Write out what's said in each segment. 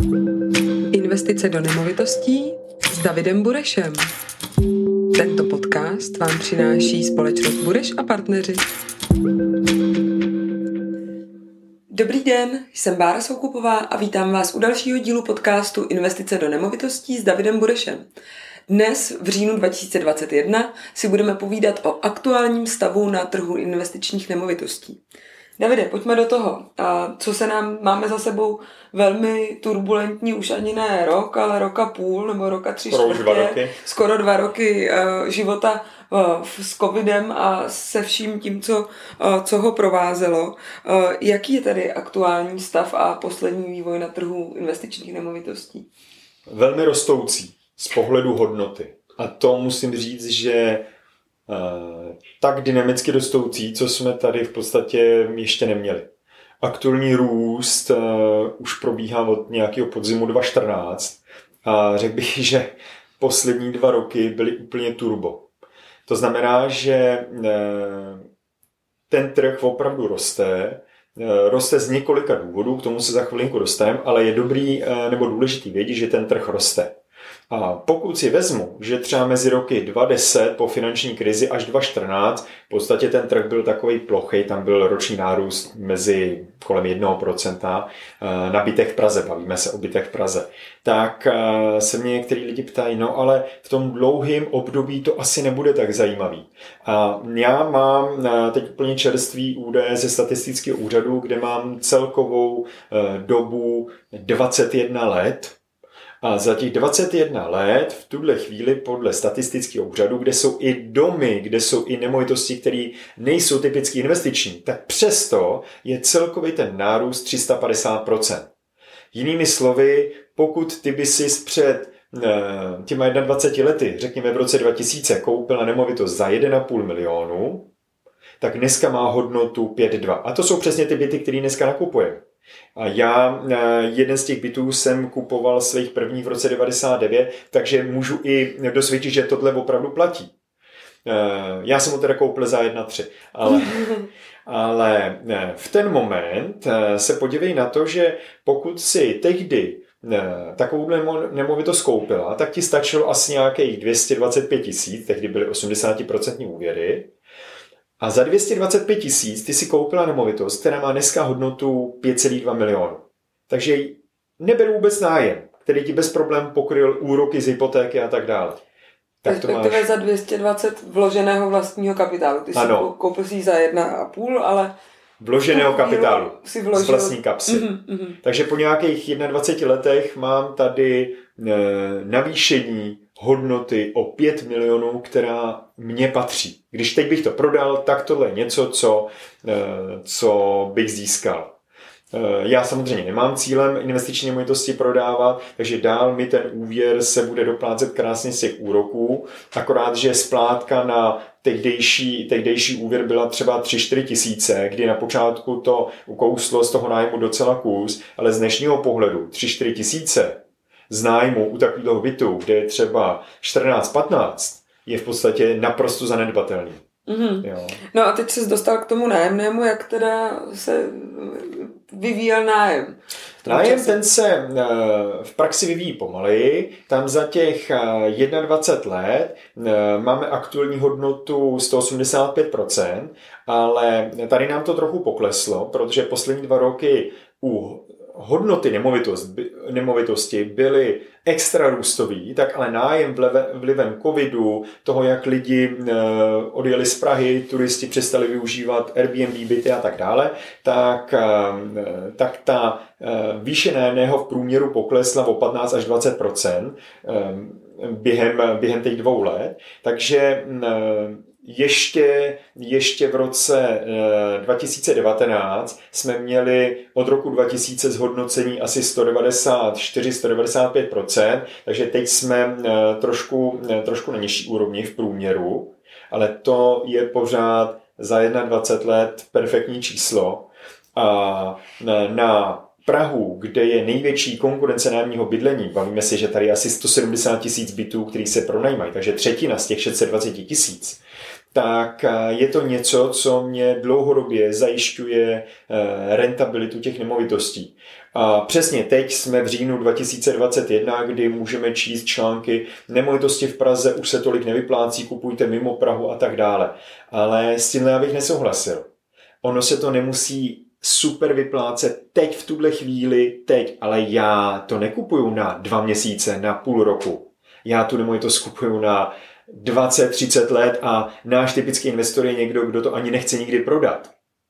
Investice do nemovitostí s Davidem Burešem. Tento podcast vám přináší společnost Bureš a partneři. Dobrý den, jsem Bára Soukupová a vítám vás u dalšího dílu podcastu Investice do nemovitostí s Davidem Burešem. Dnes v říjnu 2021 si budeme povídat o aktuálním stavu na trhu investičních nemovitostí. Davide, pojďme do toho. Co se máme za sebou velmi turbulentní, už ani ne rok, ale roka půl nebo roka 3/4, skoro 2 roky života s covidem a se vším tím, co ho provázelo. Jaký je tedy aktuální stav a poslední vývoj na trhu investičních nemovitostí? Velmi rostoucí z pohledu hodnoty. A to musím říct, že tak dynamicky rostoucí, co jsme tady v podstatě ještě neměli. Aktuální růst už probíhá od nějakého podzimu 2014 a řekl bych, že poslední 2 roky byly úplně turbo. To znamená, že ten trh opravdu roste z několika důvodů, k tomu se za chvilinku dostaneme, ale je dobrý nebo důležitý vědět, že ten trh roste. A pokud si vezmu, že třeba mezi roky 2010 po finanční krizi až 2014 v podstatě ten trh byl takovej plochý, tam byl roční nárůst mezi kolem 1% na bytech v Praze, bavíme se o bytech v Praze, tak se mě některý lidi ptají, no ale v tom dlouhém období to asi nebude tak zajímavý. A já mám teď úplně čerstvý údaje ze statistického úřadu, kde mám celkovou dobu 21 let. A za těch 21 let v tuhle chvíli podle statistického úřadu, kde jsou i domy, kde jsou i nemovitosti, které nejsou typicky investiční, tak přesto je celkový ten nárůst 350%. Jinými slovy, pokud ty by si před těma 21 lety, řekněme v roce 2000, koupila nemovitost za 1,5 milionu, tak dneska má hodnotu 5,2. A to jsou přesně ty byty, které dneska nakupujeme. A já jeden z těch bytů jsem kupoval svých prvních v roce 99, takže můžu i dosvědčit, že tohle opravdu platí. Já jsem ho teda koupil za 1,3, ale v ten moment se podívej na to, že pokud si tehdy takovou nemovitost koupila, tak ti stačilo asi nějakých 225 000, tehdy byly 80% úvěry. A za 225 000 ty si koupila nemovitost, která má dneska hodnotu 5,2 milionu. Takže neberu vůbec nájem, který ti bez problém pokryl úroky z hypotéky a tak dále. Tak to máš za 220 vloženého vlastního kapitálu. Ty si koupil si za 1,5, ale vloženého kapitálu z vlastní kapsy. Takže po nějakých 21 letech mám tady navýšení hodnoty o 5 milionů, která mně patří. Když teď bych to prodal, tak tohle je něco, co bych získal. Já samozřejmě nemám cílem investiční nemovitosti prodávat, takže dál mi ten úvěr se bude doplácet krásně z těch úroků, akorát, že splátka na tehdejší úvěr byla třeba 3-4 tisíce, kdy na počátku to ukouslo z toho nájmu docela kus, ale z dnešního pohledu 3-4 tisíce z nájmu u takového bytu, kde je třeba 14-15, je v podstatě naprosto zanedbatelný. Jo. No a teď se dostal k tomu nájemnému, jak teda se vyvíjel nájem? Nájem ten se v praxi vyvíjí pomaleji. Tam za těch 21 let máme aktuální hodnotu 185%, ale tady nám to trochu pokleslo, protože poslední 2 roky u hodnoty nemovitosti byly extra růstový, tak ale nájem vlivem covidu, toho, jak lidi odjeli z Prahy, turisti přestali využívat Airbnb byty a tak dále, tak ta výše nájemného v průměru poklesla o 15 až 20% během těch 2 let. Takže ještě v roce 2019 jsme měli od roku 2000 zhodnocení asi 194-195%, takže teď jsme trošku na nižší úrovni v průměru, ale to je pořád za 21 let perfektní číslo. A na Prahu, kde je největší konkurence nájemního bydlení, bavíme si, že tady je asi 170 000 bytů, který se pronajímají, takže třetina z těch 620 000, tak je to něco, co mě dlouhodobě zajišťuje rentabilitu těch nemovitostí. A přesně teď jsme v říjnu 2021, kdy můžeme číst články nemovitosti v Praze už se tolik nevyplácí, kupujte mimo Prahu a tak dále. Ale s tím já bych nesouhlasil. Ono se to nemusí super vyplácet teď v tuhle chvíli, teď, ale já to nekupuju na 2 měsíce, na půl roku. Já tu nemovitost kupuju na 20-30 let a náš typický investor je někdo, kdo to ani nechce nikdy prodat.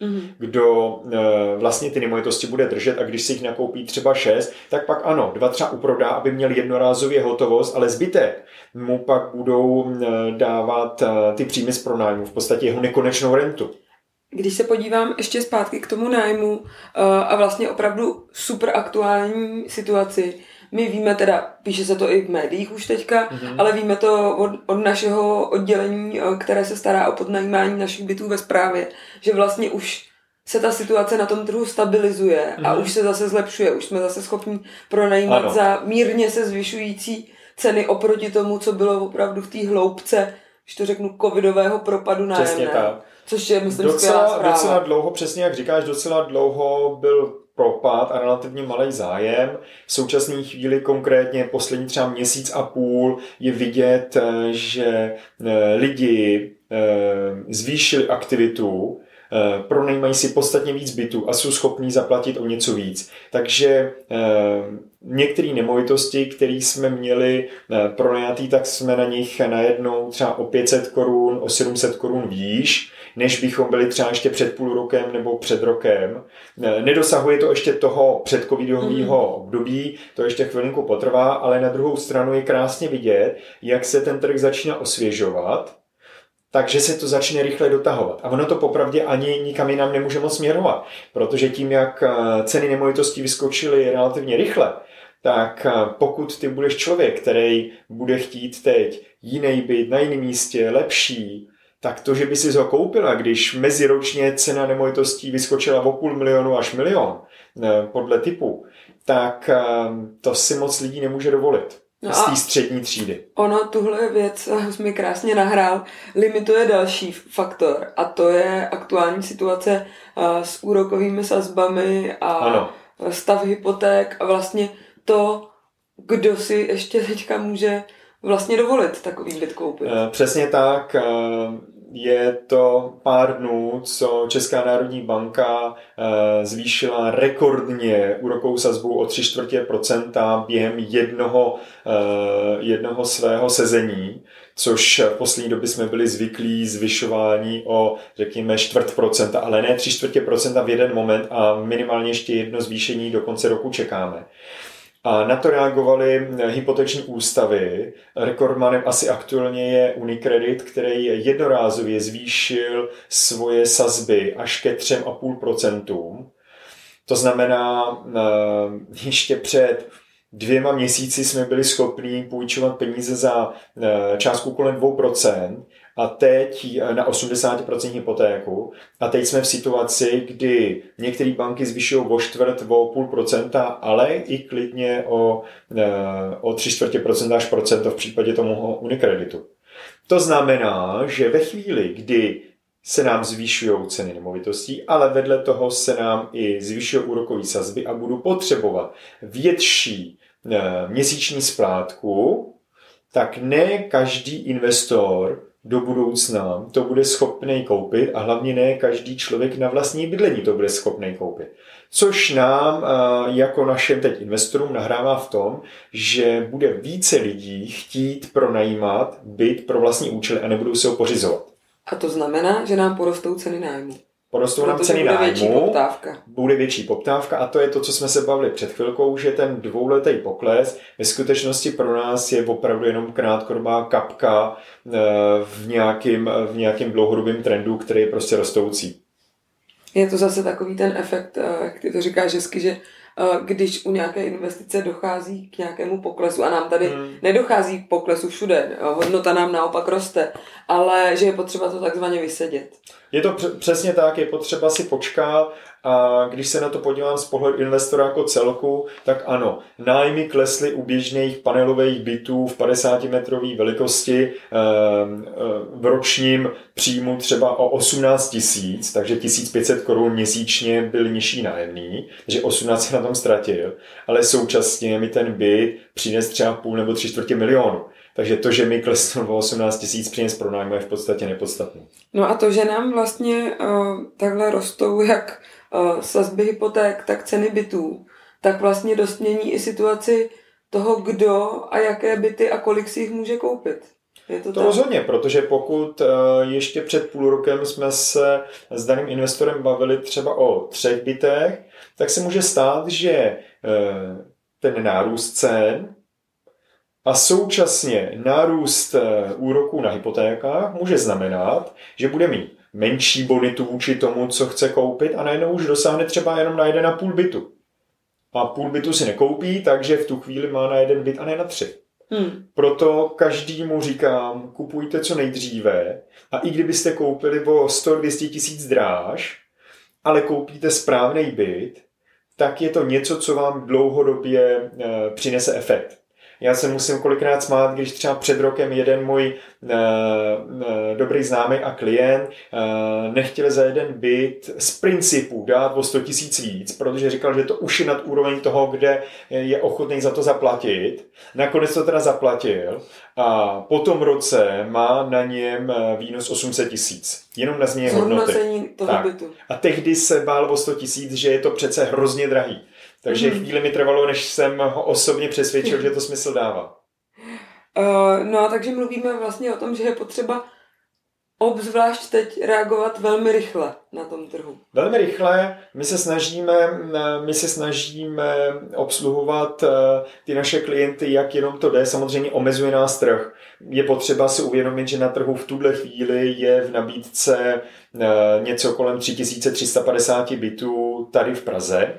Kdo vlastně ty nemovitosti bude držet a když si jich nakoupí třeba 6, tak pak ano, 2 třeba uprodá, aby měl jednorázově hotovost, ale zbytek mu pak budou dávat ty příjmy z pronájmu, v podstatě jeho nekonečnou rentu. Když se podívám ještě zpátky k tomu nájmu a vlastně opravdu super aktuální situaci, my víme teda, píše se to i v médiích už teďka, ale víme to od našeho oddělení, které se stará o podnajímání našich bytů ve správě, že vlastně už se ta situace na tom trhu stabilizuje a už se zase zlepšuje, už jsme zase schopni pronajímat za mírně se zvyšující ceny oproti tomu, co bylo opravdu v té hloubce, když to řeknu, covidového propadu nájemného. Přesně tak. Což je, myslím, skvělá zpráva. Docela dlouho, přesně jak říkáš, docela dlouho byl propad a relativně malý zájem. V současné chvíli konkrétně poslední třeba měsíc a půl je vidět, že lidi zvýšili aktivitu, pronajímají si podstatně víc bytů a jsou schopní zaplatit o něco víc. Takže některé nemovitosti, které jsme měli pronajatý, tak jsme na nich najednou třeba o 500 korun, o 700 korun výš, než bychom byli třeba ještě před půl rokem nebo před rokem. Nedosahuje to ještě toho předcovidového období, to ještě chvilinku potrvá, ale na druhou stranu je krásně vidět, jak se ten trh začíná osvěžovat, takže se to začne rychle dotahovat. A ono to popravdě ani nikam jinam nemůže moc směrovat, protože tím, jak ceny nemovitostí vyskočily relativně rychle, tak pokud ty budeš člověk, který bude chtít teď jiný byt na jiném místě, lepší, tak to, že by si ho koupila, když meziročně cena nemovitostí vyskočila o 500 000 až 1 000 000 podle typu, tak to si moc lidí nemůže dovolit. No z té střední třídy. Ono, tuhle věc mi krásně nahrál, limituje další faktor a to je aktuální situace s úrokovými sazbami a stav hypoték a vlastně to, kdo si ještě teďka může vlastně dovolit takový byt koupit. Přesně tak. Je to pár dnů, co Česká národní banka zvýšila rekordně úrokovou sazbu o 0,75% během jednoho svého sezení, což v poslední době jsme byli zvyklí zvyšování o, řekněme, 0,25%, ale ne 0,75% v jeden moment a minimálně ještě jedno zvýšení do konce roku čekáme. A na to reagovaly hypoteční ústavy. Rekordmanem asi aktuálně je Unicredit, který jednorázově zvýšil svoje sazby až ke 3,5%. To znamená, ještě před 2 měsíci jsme byli schopni půjčovat peníze za částku kolem 2% a teď na 80% hypotéku. A teď jsme v situaci, kdy některé banky zvyšují o 0,25%, ale i klidně o 0,75% až procento v případě tomu Unicreditu. To znamená, že ve chvíli, kdy se nám zvyšují ceny nemovitostí, ale vedle toho se nám i zvyšují úrokové sazby a budu potřebovat větší měsíční splátku, tak ne každý investor do budoucna to bude schopný koupit a hlavně ne každý člověk na vlastní bydlení to bude schopný koupit. Což nám jako našim teď investorům nahrává v tom, že bude více lidí chtít pronajímat byt pro vlastní účely a nebudou se ho pořizovat. A to znamená, že nám porostou ceny nájmu. Porostou nám ceny nájmu, bude větší poptávka a to je to, co jsme se bavili před chvilkou, že ten 2letý pokles ve skutečnosti pro nás je opravdu jenom krátkodobá kapka v nějakém dlouhodobém trendu, který je prostě rostoucí. Je to zase takový ten efekt, jak ty to říkáš hezky, že když u nějaké investice dochází k nějakému poklesu a nám tady nedochází k poklesu všude, hodnota nám naopak roste, ale že je potřeba to takzvaně vysedět. Je to přesně tak, je potřeba si počkat A když se na to podívám z pohledu investora jako celku, tak ano, nájmy klesly u běžných panelových bytů v 50-metrové velikosti v ročním příjmu třeba o 18 000, takže 1500 korun měsíčně byl nižší nájemný, takže 18 se na tom ztratil, ale současně mi ten byt přines třeba půl nebo 3/4 milionu. Takže to, že mi klesnul o 18 000 příjem z pronájmu, je v podstatě nepodstatné. No a to, že nám vlastně takhle rostou jak sazby hypoték, tak ceny bytů, tak vlastně dost mění i situaci toho, kdo a jaké byty a kolik si jich může koupit. Je to rozhodně, protože pokud ještě před půl rokem jsme se s daným investorem bavili třeba o 3 bytech, tak se může stát, že ten nárůst cen a současně nárůst úroků na hypotékách může znamenat, že bude mít menší bonitu vůči tomu, co chce koupit a najednou už dosáhne třeba jenom na 1,5 bytu. A půl bytu si nekoupí, takže v tu chvíli má na 1 byt a ne na 3. Proto každému říkám, kupujte co nejdříve a i kdybyste koupili o 100-200 tisíc dráž, ale koupíte správný byt, tak je to něco, co vám dlouhodobě přinese efekt. Já se musím kolikrát smát, když třeba před rokem jeden můj dobrý známý a klient nechtěl za jeden byt z principu dát o 100 000 víc, protože říkal, že to už je nad úroveň toho, kde je ochotný za to zaplatit. Nakonec to teda zaplatil a po tom roce má na něm výnos 800 000. Jenom na změně hodnoty. Toho bytu. A tehdy se bál o 100 000, že je to přece hrozně drahý. Takže chvíli mi trvalo, než jsem ho osobně přesvědčil, že to smysl dává. No a takže mluvíme vlastně o tom, že je potřeba obzvlášť teď reagovat velmi rychle na tom trhu. Velmi rychle. My se snažíme obsluhovat ty naše klienty, jak jenom to jde. Samozřejmě omezuje nás trh. Je potřeba si uvědomit, že na trhu v tuhle chvíli je v nabídce něco kolem 3350 bytů tady v Praze.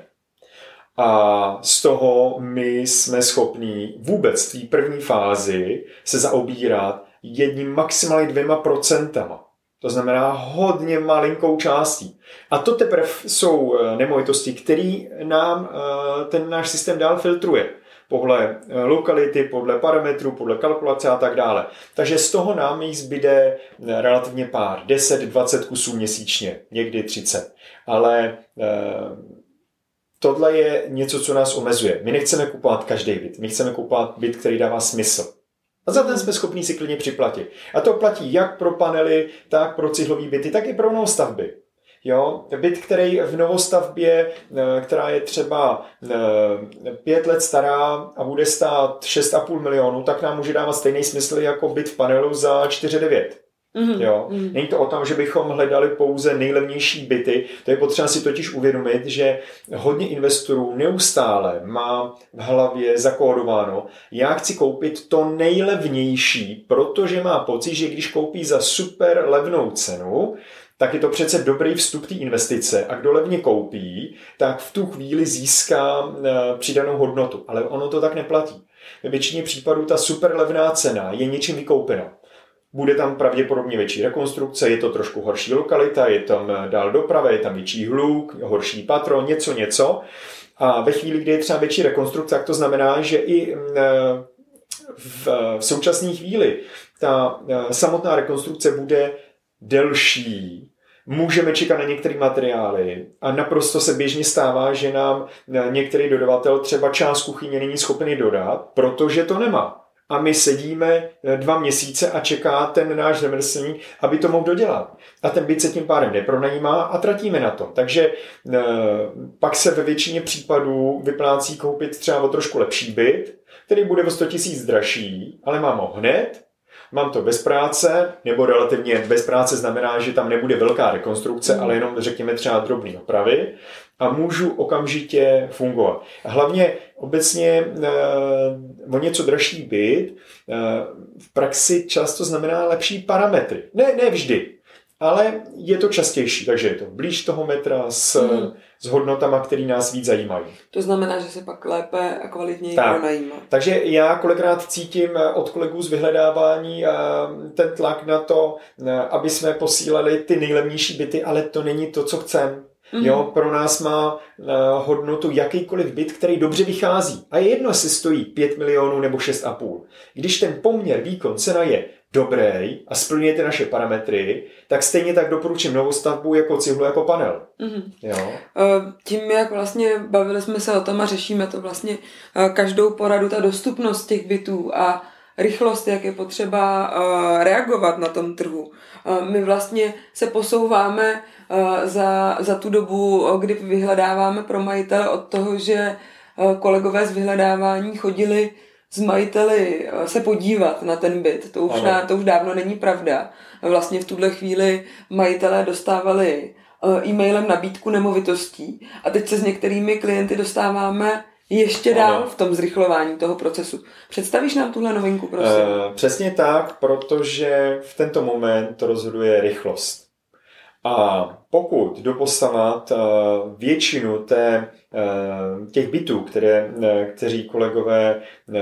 A z toho my jsme schopní vůbec v té první fázi se zaobírat jedním maximálně 2%. To znamená hodně malinkou částí. A to teprve jsou nemovitosti, které nám ten náš systém dál filtruje. Podle lokality, podle parametrů, podle kalkulace a tak dále. Takže z toho nám jich zbyde relativně pár. 10-20 kusů měsíčně, někdy 30. Ale tohle je něco, co nás omezuje. My nechceme kupovat každý byt. My chceme kupovat byt, který dává smysl. A za ten jsme schopní si klidně připlatit. A to platí jak pro panely, tak pro cihlové byty, tak i pro novostavby. Jo? Byt, který v novostavbě, která je třeba 5 let stará a bude stát 6,5 milionu, tak nám může dávat stejný smysl jako byt v panelu za 4,9. Jo? Není to o tom, že bychom hledali pouze nejlevnější byty. To je potřeba si totiž uvědomit, že hodně investorů neustále má v hlavě zakódováno, já chci koupit to nejlevnější, protože má pocit, že když koupí za super levnou cenu, tak je to přece dobrý vstup té investice a kdo levně koupí, tak v tu chvíli získá přidanou hodnotu. Ale ono to tak neplatí. Ve většině případů ta super levná cena je něčím vykoupena. Bude tam pravděpodobně větší rekonstrukce, je to trošku horší lokalita, je tam dál doprava, je tam větší hluk, horší patro, něco. A ve chvíli, kdy je třeba větší rekonstrukce, tak to znamená, že i v současné chvíli ta samotná rekonstrukce bude delší. Můžeme čekat na některé materiály a naprosto se běžně stává, že nám některý dodavatel třeba část kuchyně není schopný dodat, protože to nemá. A my sedíme 2 měsíce a čeká ten náš řemeslník, aby to mohl dodělat. A ten byt se tím pádem nepronajímá a tratíme na to. Takže pak se ve většině případů vyplácí koupit třeba o trošku lepší byt, který bude o 100 000 dražší, ale mám ho hned, mám to bez práce, nebo relativně bez práce znamená, že tam nebude velká rekonstrukce, ale jenom řekněme třeba drobné opravy a můžu okamžitě fungovat. Hlavně obecně o něco dražší byt v praxi často znamená lepší parametry. Ne vždy, ale je to častější, takže je to blíž toho metra s hodnotama, které nás víc zajímají. To znamená, že se pak lépe a kvalitněji pronajímá. Takže já kolikrát cítím od kolegů z vyhledávání ten tlak na to, aby jsme posílali ty nejlevnější byty, ale to není to, co chceme. Jo, pro nás má hodnotu jakýkoliv byt, který dobře vychází. A je jedno, jestli stojí 5 milionů nebo 6,5. Když ten poměr výkon cena je dobrý a splňujete naše parametry, tak stejně tak doporučím novostavbu jako cihlu, jako panel. Jo? Tím, jak vlastně bavili jsme se o tom a řešíme to vlastně každou poradu, ta dostupnost těch bytů a rychlost, jak je potřeba reagovat na tom trhu. My vlastně se posouváme za tu dobu, kdy vyhledáváme pro majitele od toho, že kolegové z vyhledávání chodili s majiteli se podívat na ten byt. To už dávno není pravda. Vlastně v tuhle chvíli majitelé dostávali e-mailem nabídku nemovitostí a teď se s některými klienty dostáváme ještě dál v tom zrychlování toho procesu. Představíš nám tuhle novinku, prosím? Přesně tak, protože v tento moment rozhoduje rychlost. A pokud doposavat většinu těch bytů, kteří kolegové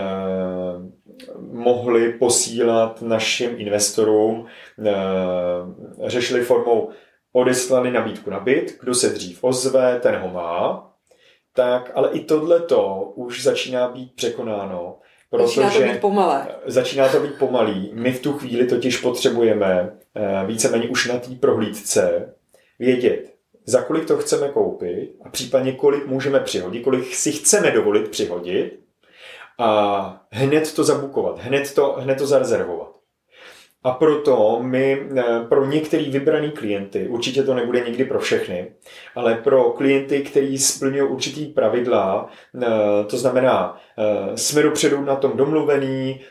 mohli posílat našim investorům, řešili formou odeslali nabídku na byt, kdo se dřív ozve, ten ho má, tak, ale i tohleto už začíná být překonáno. Začíná to být pomalé. Začíná to být pomalý. My v tu chvíli totiž potřebujeme víceméně už na té prohlídce vědět, za kolik to chceme koupit a případně kolik můžeme přihodit, kolik si chceme dovolit přihodit a hned to zabukovat, hned to zarezervovat. A proto my pro některý vybraný klienty, určitě to nebude nikdy pro všechny, ale pro klienty, kteří splňují určitý pravidla, to znamená, jsme dopředu na tom domluvený,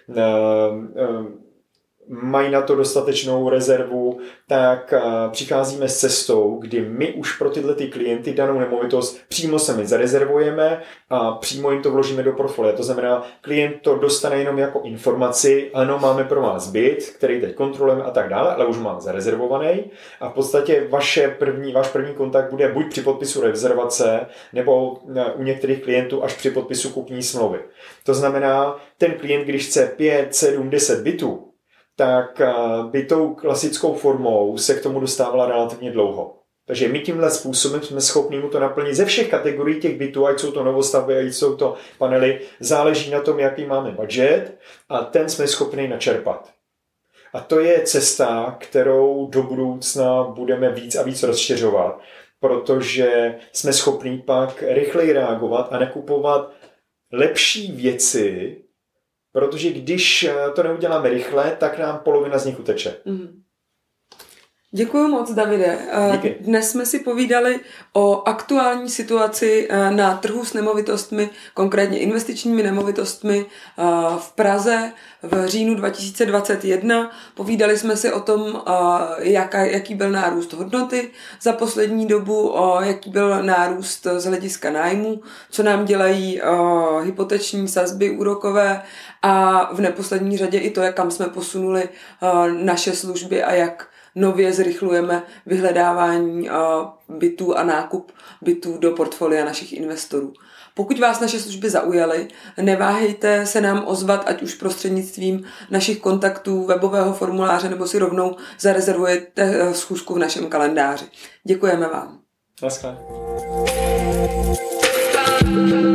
mají na to dostatečnou rezervu, tak přicházíme s cestou, kdy my už pro tyhle klienty danou nemovitost přímo sami zarezervujeme a přímo jim to vložíme do portfolia. To znamená, klient to dostane jenom jako informaci, ano, máme pro vás byt, který teď kontrolujeme a tak dále, ale už mám zarezervovaný a v podstatě váš první kontakt bude buď při podpisu rezervace, nebo u některých klientů až při podpisu kupní smlouvy. To znamená, ten klient, když chce 5, 7, 10 bytů, tak by tou klasickou formou se k tomu dostávala relativně dlouho. Takže my tímhle způsobem jsme schopni mu to naplnit ze všech kategorií těch bytů, ať jsou to novostavby, ať jsou to panely, záleží na tom, jaký máme budget a ten jsme schopni načerpat. A to je cesta, kterou do budoucna budeme víc a víc rozšiřovat, protože jsme schopni pak rychleji reagovat a nakupovat lepší věci, protože když to neuděláme rychle, tak nám polovina z nich uteče. Děkuji moc, Davide. Díky. Dnes jsme si povídali o aktuální situaci na trhu s nemovitostmi, konkrétně investičními nemovitostmi v Praze v říjnu 2021. Povídali jsme si o tom, jaký byl nárůst hodnoty za poslední dobu, jaký byl nárůst z hlediska nájmu, co nám dělají hypoteční sazby úrokové a v neposlední řadě i to, kam jsme posunuli naše služby a jak nově zrychlujeme vyhledávání bytů a nákup bytů do portfolia našich investorů. Pokud vás naše služby zaujaly, neváhejte se nám ozvat, ať už prostřednictvím našich kontaktů, webového formuláře, nebo si rovnou zarezervujete schůzku v našem kalendáři. Děkujeme vám. Naschle.